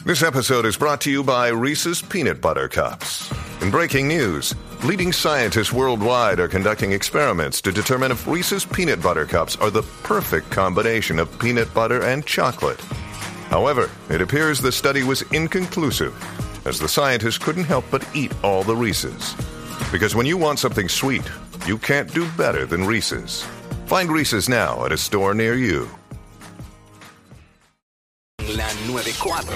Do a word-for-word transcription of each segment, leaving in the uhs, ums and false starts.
This episode is brought to you by Reese's Peanut Butter Cups. In breaking news, leading scientists worldwide are conducting experiments to determine if Reese's Peanut Butter Cups are the perfect combination of peanut butter and chocolate. However, it appears the study was inconclusive, as the scientists couldn't help but eat all the Reese's. Because when you want something sweet, you can't do better than Reese's. Find Reese's now at a store near you. La noventa y cuatro.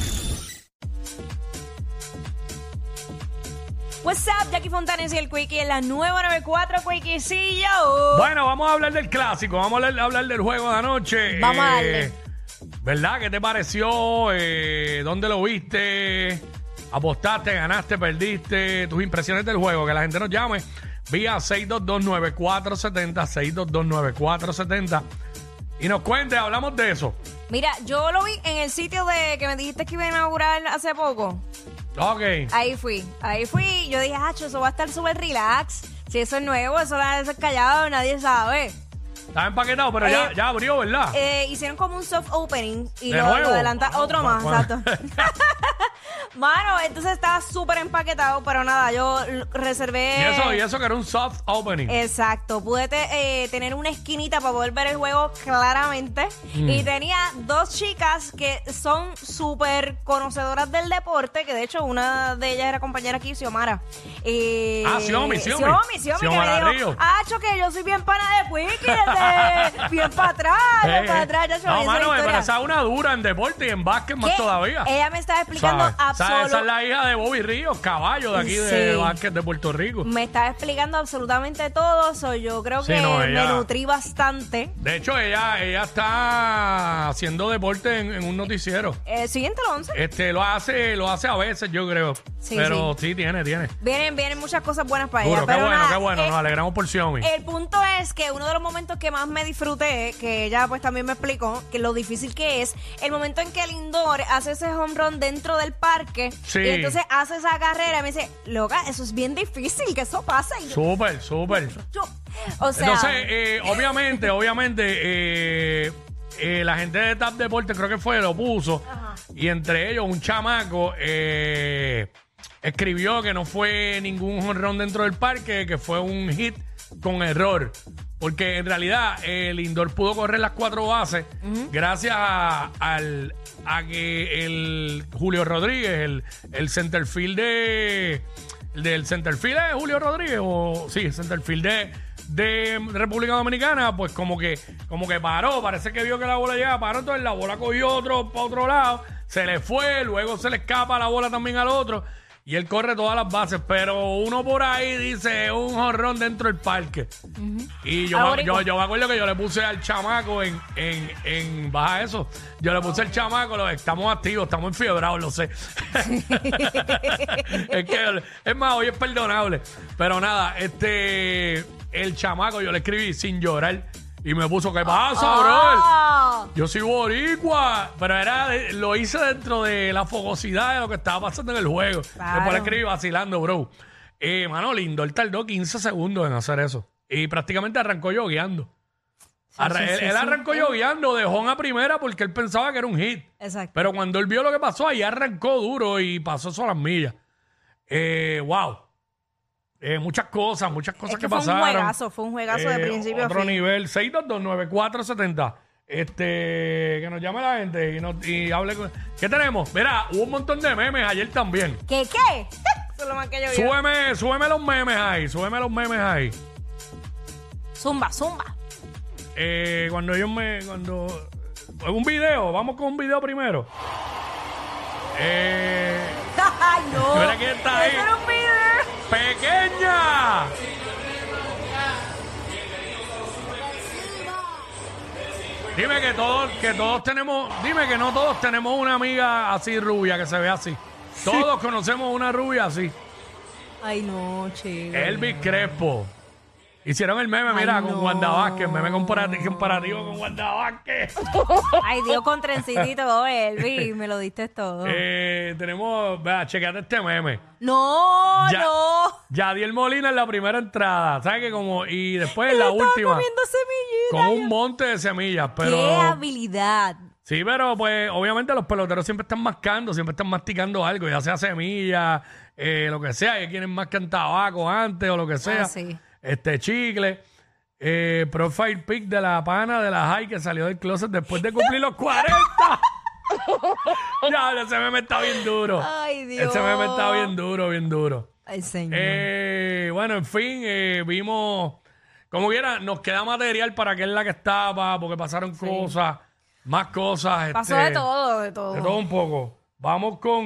What's up, Jackie Fontanes y el Quickie en la nueva noventa y cuatro, Quickiecillo. Bueno, vamos a hablar del clásico, vamos a hablar, a hablar del juego de anoche. Vamos a darle. ¿Verdad? ¿Qué te pareció? Eh, ¿Dónde lo viste? ¿Apostaste, ganaste, perdiste? Tus impresiones del juego, que la gente nos llame vía seis dos dos, nueve cuatro siete cero, seis dos dos, nueve cuatro siete cero y nos cuente, hablamos de eso. Mira, yo lo vi en el sitio de que me dijiste que iba a inaugurar hace poco. Ok. Ahí fui, ahí fui. Yo dije, hacho, eso va a estar súper relax. Si eso es nuevo, eso va a ser callado, nadie sabe. Estaba empaquetado, pero Eh, ya, ya abrió, ¿verdad? Eh, hicieron como un soft opening y ¿De lo, nuevo? lo adelanta otro más, Bueno. exacto. Mano, entonces estaba súper empaquetado, pero nada, yo l- reservé... Y eso, y eso que era un soft opening. Exacto, pude te- eh, tener una esquinita para poder ver el juego claramente. Mm. Y tenía dos chicas que son súper conocedoras del deporte, que de hecho una de ellas era compañera aquí, Xiomara. Eh, Ah, Xiomi, Xiomi. Xiomi, Xiomi, que Xiomara me Río. dijo, Acho, que yo soy bien pana de Quickie, desde bien para atrás, bien Eh, para eh. atrás. Ya, No, esa mano, me historia. parece una dura en deporte y en básquet más ¿Qué? todavía. Ella me estaba explicando ¿Sabes? ¿Sabes? Esa es absolutamente. la hija de Bobby Ríos, caballo de aquí de Sí. básquet de Puerto Rico. Me estaba explicando absolutamente todo, so yo creo Sí, que no, ella- me nutrí bastante. De hecho, ella, ella está haciendo deporte en, en un noticiero. Eh, siguiente el once. Este, lo hace, lo hace a veces, yo creo. Sí, Pero sí, tiene, tiene. Vienen, vienen muchas cosas buenas para Duro, ella. qué Pero bueno, nada, qué bueno. eh, Nos alegramos por Xiaomi. el punto es que uno de los momentos que más me disfruté, que ella pues también me explicó, que lo difícil que es, el momento en que Lindor hace ese home run dentro del parque, Sí. y entonces hace esa carrera, y me dice, loca, eso es bien difícil, que eso pasa. Y yo, Súper, súper. yo- o sea, Entonces, eh, obviamente, obviamente, eh, eh, la gente de Tap Deporte creo que fue, lo puso. Ajá. Y entre ellos, un chamaco eh, escribió que no fue ningún jonrón dentro del parque, que fue un hit con error. Porque en realidad el Lindor pudo correr las cuatro bases gracias a, al, a que el Julio Rodríguez, el, el centerfield de... el del centerfield es Julio Rodríguez, o sí, el centerfield de, de República Dominicana, pues como que, como que paró, parece que vio que la bola llegaba, paró, entonces la bola cogió otro para otro lado, se le fue, luego se le escapa la bola también al otro, y él corre todas las bases, pero uno por ahí dice un jonrón dentro del parque. Y yo, Ahora me, yo, igual. yo me acuerdo que yo le puse al chamaco en, en, en baja eso. Yo le puse al chamaco, lo, estamos activos, estamos enfiebrados, lo sé. Es que, es más, hoy es perdonable. Pero nada, este, el chamaco, yo le escribí sin llorar y me puso, ¿qué pasa, Ah. bro? Yo soy boricua, pero era de- lo hice dentro de la fogosidad de lo que estaba pasando en el juego. Claro. Después le escribí vacilando, bro. Eh, mano, lindo, él tardó quince segundos en hacer eso. Y prácticamente arrancó yogueando. Arra- sí, él, sí, él sí. arrancó yogueando de home a primera porque él pensaba que era un hit. Exacto. Pero cuando él vio lo que pasó, ahí arrancó duro y pasó eso a las millas. Eh, wow. Eh, muchas cosas, muchas cosas Es que, que fue un pasaron. juegazo, fue un juegazo de Eh, principio a Otro fin. nivel, seis dos dos, nueve cuatro siete cero. Este, que nos llame la gente y, nos, y hable con... ¿Qué tenemos? Mira, hubo un montón de memes ayer también. ¿Qué qué? Eso es lo más que yo vi. Súbeme, súbeme los memes ahí, súbeme los memes ahí. Zumba, zumba. Eh, cuando ellos me... Cuando... Un video, vamos con un video primero. Eh... Ay, no. Mira quién está ahí. Eso era un video. ¡Pequeña! Dime que todos, que todos tenemos, dime que no todos tenemos una amiga así rubia que se ve así. Todos conocemos una rubia así. Ay, no, chico. Elvis Crespo. Hicieron el meme, mira, Ay, con no. Wanda Vázquez, meme comparativo, comparativo con Wanda Vázquez. Ay, Dios, con trencitito, Elvis, me lo diste todo. Eh, tenemos, vea, chequeate este meme. No, Ya- no. Yadiel Molina en la primera entrada, ¿sabes qué? Como, y después en la Él estaba última, comiendo semillitas. con un monte de semillas, pero... ¡Qué habilidad! Sí, pero pues obviamente los peloteros siempre están mascando, siempre están masticando algo, ya sea semilla, eh, lo que sea. Hay quienes mascan tabaco antes o lo que sea. Ah, sí. Este chicle. Eh, profile pic de la pana de la high que salió del closet después de cumplir los cuarenta. Ya, ese meme está bien duro. Ay, Dios. Ese meme está bien duro, bien duro. Ay, señor. Eh, bueno, en fin, eh, vimos, como quiera, nos queda material para que es la que estaba, porque pasaron cosas, más cosas. Pasó este, de todo, de todo. De todo un poco. Vamos con,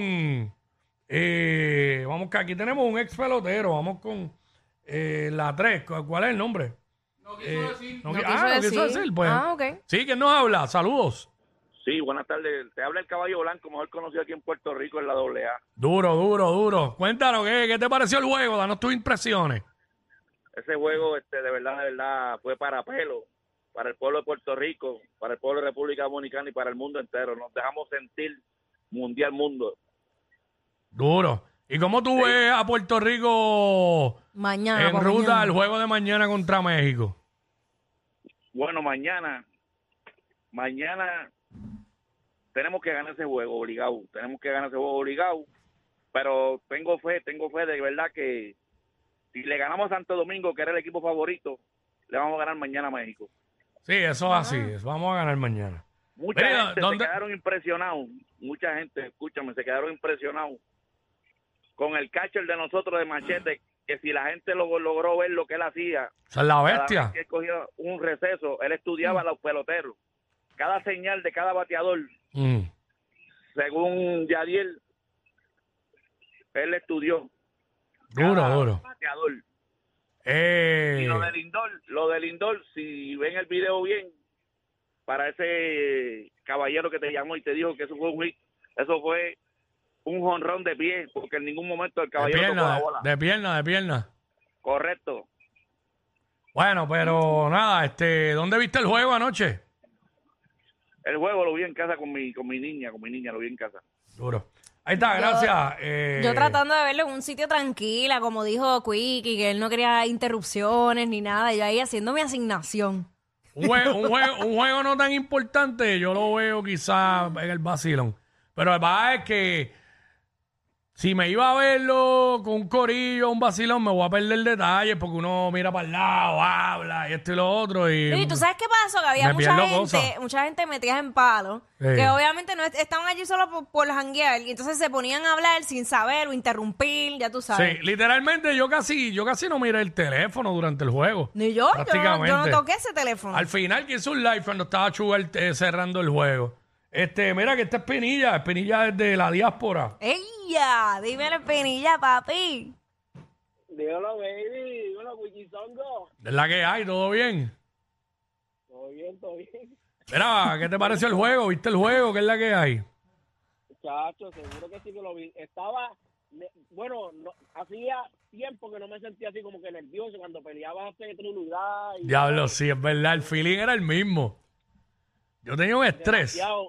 eh, vamos que aquí tenemos un ex pelotero, vamos con eh, la tres. ¿Cuál es el nombre? No quiso No decir. quiso ah, no quiso decir. decir, pues. Ah, ok. Sí, ¿quién nos habla? Saludos. Sí, buenas tardes. Te habla el Caballo Blanco, mejor conocido aquí en Puerto Rico en la doble A. Duro, duro, duro. Cuéntanos, ¿qué, qué te pareció el juego? Danos tus impresiones. Ese juego, este, de verdad, de verdad, fue para pelo, para el pueblo de Puerto Rico, para el pueblo de República Dominicana y para el mundo entero. Nos dejamos sentir mundial mundo. Duro. ¿Y cómo tú ves a Puerto Rico Mañana. en pa' ruta mañana. al juego de mañana contra México? Bueno, mañana, mañana tenemos que ganar ese juego obligado. Tenemos que ganar ese juego obligado. Pero tengo fe, tengo fe de verdad que si le ganamos a Santo Domingo, que era el equipo favorito, le vamos a ganar mañana a México. Sí, eso es así. eso Vamos a ganar mañana. Mucha Mira, gente ¿dónde- se quedaron impresionados, mucha gente, escúchame, se quedaron impresionados con el catcher de nosotros de Machete, que si la gente lo, logró ver lo que él hacía, Esa es la cada bestia. vez que él cogía un receso, él estudiaba a los peloteros. Cada señal de cada bateador, Mm. según Yadiel, él estudió. Duro, cada duro. bateador. Eh, Y lo de Lindor, lo de Lindor, si ven el video bien, para ese caballero que te llamó y te dijo que eso fue un hit, eso fue un jonrón de pie, porque en ningún momento el de caballero tocó pierna, la bola. de pierna, de pierna. Correcto. Bueno, pero nada, este, ¿dónde viste el juego anoche? El juego lo vi en casa con mi con mi niña, con mi niña lo vi en casa. Duro. Ahí está, Yo- gracias. Eh, Yo tratando de verlo en un sitio tranquila, como dijo Quickie, que él no quería interrupciones ni nada. Y yo ahí haciendo mi asignación. Un juego, un, juego, un juego no tan importante, yo lo veo quizás en el vacilón. Pero la verdad es que si me iba a verlo con un corillo, un vacilón, me voy a perder detalles porque uno mira para el lado, habla y esto y lo otro. Y, Y tú sabes qué pasó, que había Me mucha pierdo gente, cosas. mucha gente metida en palo, Sí. que obviamente no est- estaban allí solo por, por janguear, y entonces se ponían a hablar sin saber o interrumpir, ya tú sabes. Sí, literalmente yo casi, yo casi no miré el teléfono durante el juego. Ni yo, yo no, Prácticamente. yo no toqué ese teléfono. Al final que hizo un live cuando estaba Chugal eh, cerrando el juego. Este, mira que esta es Pinilla, Pinilla desde la diáspora. ¡Ella! Dímelo, Pinilla, papi. Dígalo, baby. Dígalo, Wikisongo. ¿Es la que hay? ¿Todo bien? Todo bien, todo bien. Mira, ¿qué te pareció el juego? ¿Viste el juego? ¿Qué es la que hay? Chacho, seguro que sí que lo vi. Estaba, ne- bueno, no, hacía tiempo que no me sentía así como que nervioso cuando peleaba hace Trinidad. Y Diablo, sí, es verdad. El feeling era el mismo. Yo tenía un estrés. demasiado.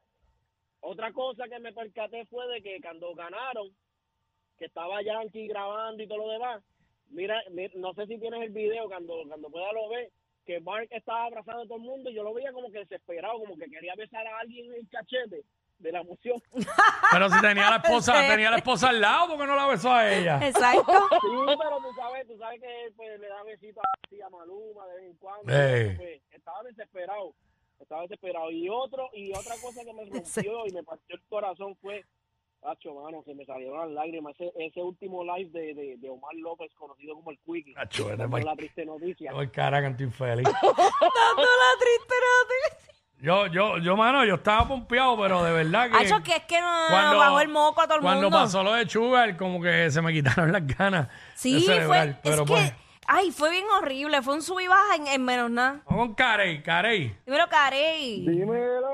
Otra cosa que me percaté fue de que cuando ganaron, que estaba Yankee grabando y todo lo demás, mira, mi- no sé si tienes el video, cuando cuando pueda lo ver, que Mark estaba abrazando a todo el mundo y yo lo veía como que desesperado, como que quería besar a alguien en el cachete de la emoción. Pero si tenía la esposa, tenía la esposa al lado, ¿por qué no la besó a ella? Exacto. Sí, pero tú sabes, tú sabes que él, pues, le da besitos así a Maluma de vez en cuando. Ey. y pues, estaba desesperado, estaba desesperado. Y otro y otra cosa que me rompió y me partió el corazón fue, Acho, mano, se me salieron las lágrimas. Ese, ese último live de, de, de Omar López, conocido como el Quickie, Acho, vete dando pa'l- la triste noticia. Ay, cara, canto infeliz. Dando la triste noticia. Yo, yo, yo, mano, yo estaba pompeado, pero de verdad que... Hacho, que es que no bajó el moco a todo el cuando mundo. pasó lo de Sugar, como que se me quitaron las ganas de Sí, celebrar. fue, pero es pues, que, ay, fue bien horrible, fue un sub y baja en, en menos nada. vamos con Carey, Carey. Dímelo, Carey. Dímelo.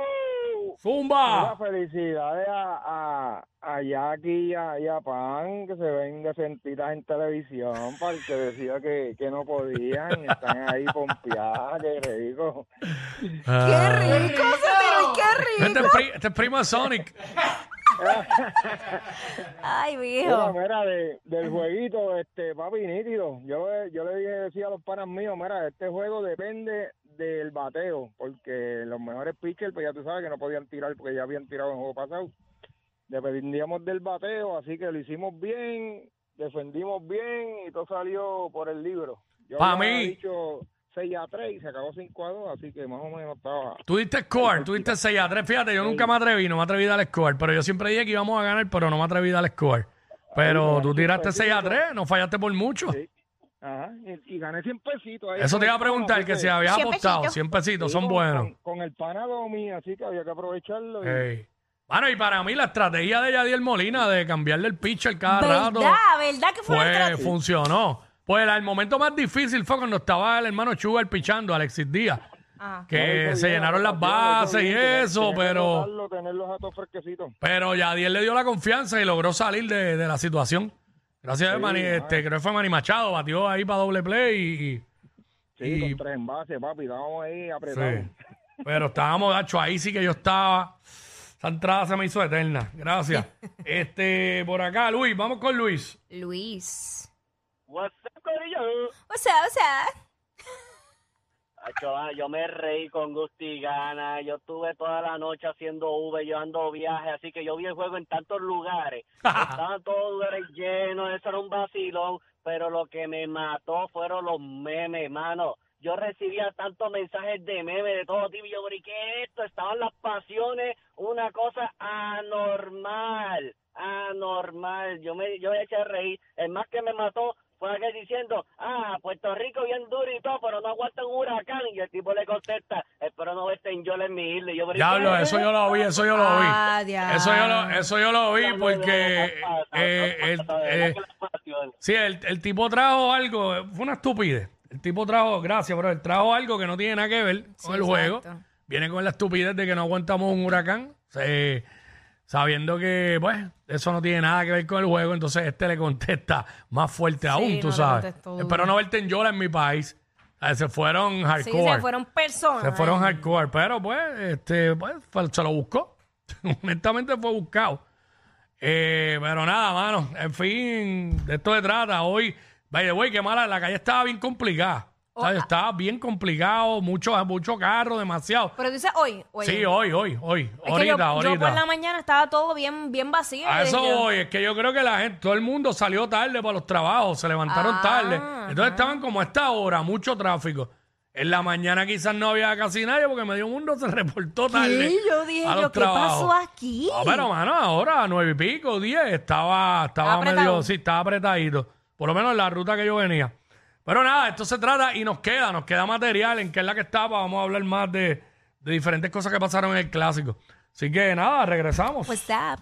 ¡Zumba! Felicidades a, a, a Jackie y a, y a Pan, que se ven decentitas en televisión, porque decía que, que no podían, están ahí pompeadas, qué rico. ¡Qué Ah. rico se tiró! ¡Qué Este rico! es, pri- este es primo de Sonic. Ay, Mira, viejo. mira, de, del jueguito, este, papi, nítido. Yo, le- yo le dije, decía a los panas míos, mira, este juego depende del bateo, porque los mejores pitchers, pues ya tú sabes que no podían tirar porque ya habían tirado en el juego pasado. Dependíamos del bateo, así que lo hicimos bien, defendimos bien y todo salió por el libro. Yo Pa' había mí- dicho seis a tres y se acabó cinco a dos, así que más o menos estaba... Tú diste score, tú diste seis a tres. Fíjate, yo nunca me atreví, no me atreví a dar score, pero yo siempre dije que íbamos a ganar, pero no me atreví a dar score. Pero Ay, tú tiraste pues, seis a sí, tres, no fallaste por mucho. Sí. Ajá, y, y gané cien pesitos. Ahí Eso con te iba a el pana, preguntar, así que si habías cien apostado, pesitos. cien pesitos, sí, son con- buenos. Con, con el pana Domi, así que había que aprovecharlo. y- Ey. Bueno, y para mí la estrategia de Yadiel Molina de cambiarle el pitcher cada rato ¿Verdad? ¿Verdad que fue una pues estrategia? funcionó. Pues el momento más difícil fue cuando estaba el hermano Sugar pichando, Alexis Díaz, Ah. que No, hizo se bien, llenaron lo las cambió, lo hizo bases y bien, tenía- eso, tenía que pero anotarlo, tener los datos fresquecitos. pero Yadiel le dio la confianza y logró salir de, de la situación. Gracias a Sí, Manny, ah. este, creo que fue Manny Machado, batió ahí para doble play y, y- Sí, y- con tres envases, papi, estábamos ahí apretados. sí. Pero estábamos, gacho, ahí sí que yo estaba. Esa entrada se me hizo eterna. Gracias. este, por acá, Luis, vamos con Luis. Luis. What's up, corillo? O sea, o sea. Acho, ah, yo me reí con gusto y gana. Yo estuve toda la noche haciendo Uber, llevando viajes, así que yo vi el juego en tantos lugares. Estaban todos los lugares llenos, eso era un vacilón, pero lo que me mató fueron los memes, hermano. Yo recibía tantos mensajes de memes de todo tipo, y yo, ¿y qué es esto? Estaban las pasiones, una cosa anormal, anormal. Yo me yo me eché a reír. El más que me mató fue aquel diciendo, ah, Puerto Rico bien duro y todo, pero no aguanta un huracán. Y el tipo le contesta, espero no verte en Yol en mi isla. Y yo, Diablo, ¿qué? eso yo lo vi, eso yo lo vi. Ah, diablo. Eso yo lo, eso yo lo vi porque eh, el- eh, sí, el, el tipo trajo algo, fue una estupidez. El tipo trajo, gracias, bro, él trajo algo que no tiene nada que ver con Sí, el juego. exacto. Viene con la estupidez de que no aguantamos un huracán, eh, sabiendo que, pues, eso no tiene nada que ver con el juego. Entonces este le contesta más fuerte aún, no tú le sabes. contestó duro. Espero no verte en Yola en mi país. Eh, se fueron Sí, hardcore. se fueron personas. Se fueron hardcore, pero pues, este, pues, fue- se lo buscó. Honestamente fue buscado. Eh, pero nada, mano. En fin, de esto se trata. Hoy, by the way, qué mala, la calle estaba bien complicada. Oh, ¿Sabes? ah. Estaba bien complicado, mucho, mucho carro, demasiado. Pero dices hoy. hoy. Sí, hoy, hoy, hoy. Es que ahorita, yo, ahorita. yo por la mañana estaba todo bien, bien vacío. A eso Yo- voy, es que yo creo que la gente, todo el mundo salió tarde para los trabajos, se levantaron Ah, tarde. Entonces ajá. estaban como a esta hora, mucho tráfico. En la mañana quizás no había casi nadie porque medio mundo se reportó tarde. ¿Qué? Yo dije, a los yo, ¿qué trabajos. pasó aquí? No, pero mano, ahora nueve y pico, diez, estaba, estaba Apretado. medio, sí, estaba apretadito. Por lo menos en la ruta que yo venía. Pero nada, esto se trata y nos queda, nos queda material en que es la que estaba. Vamos a hablar más de, de diferentes cosas que pasaron en el clásico. Así que nada, regresamos. What's up?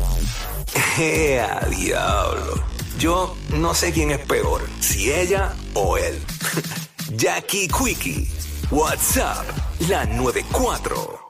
¡Ea, diablo! Yo no sé quién es peor, si ella o él. Jackie Quickie, WhatsApp, la noventa y cuatro.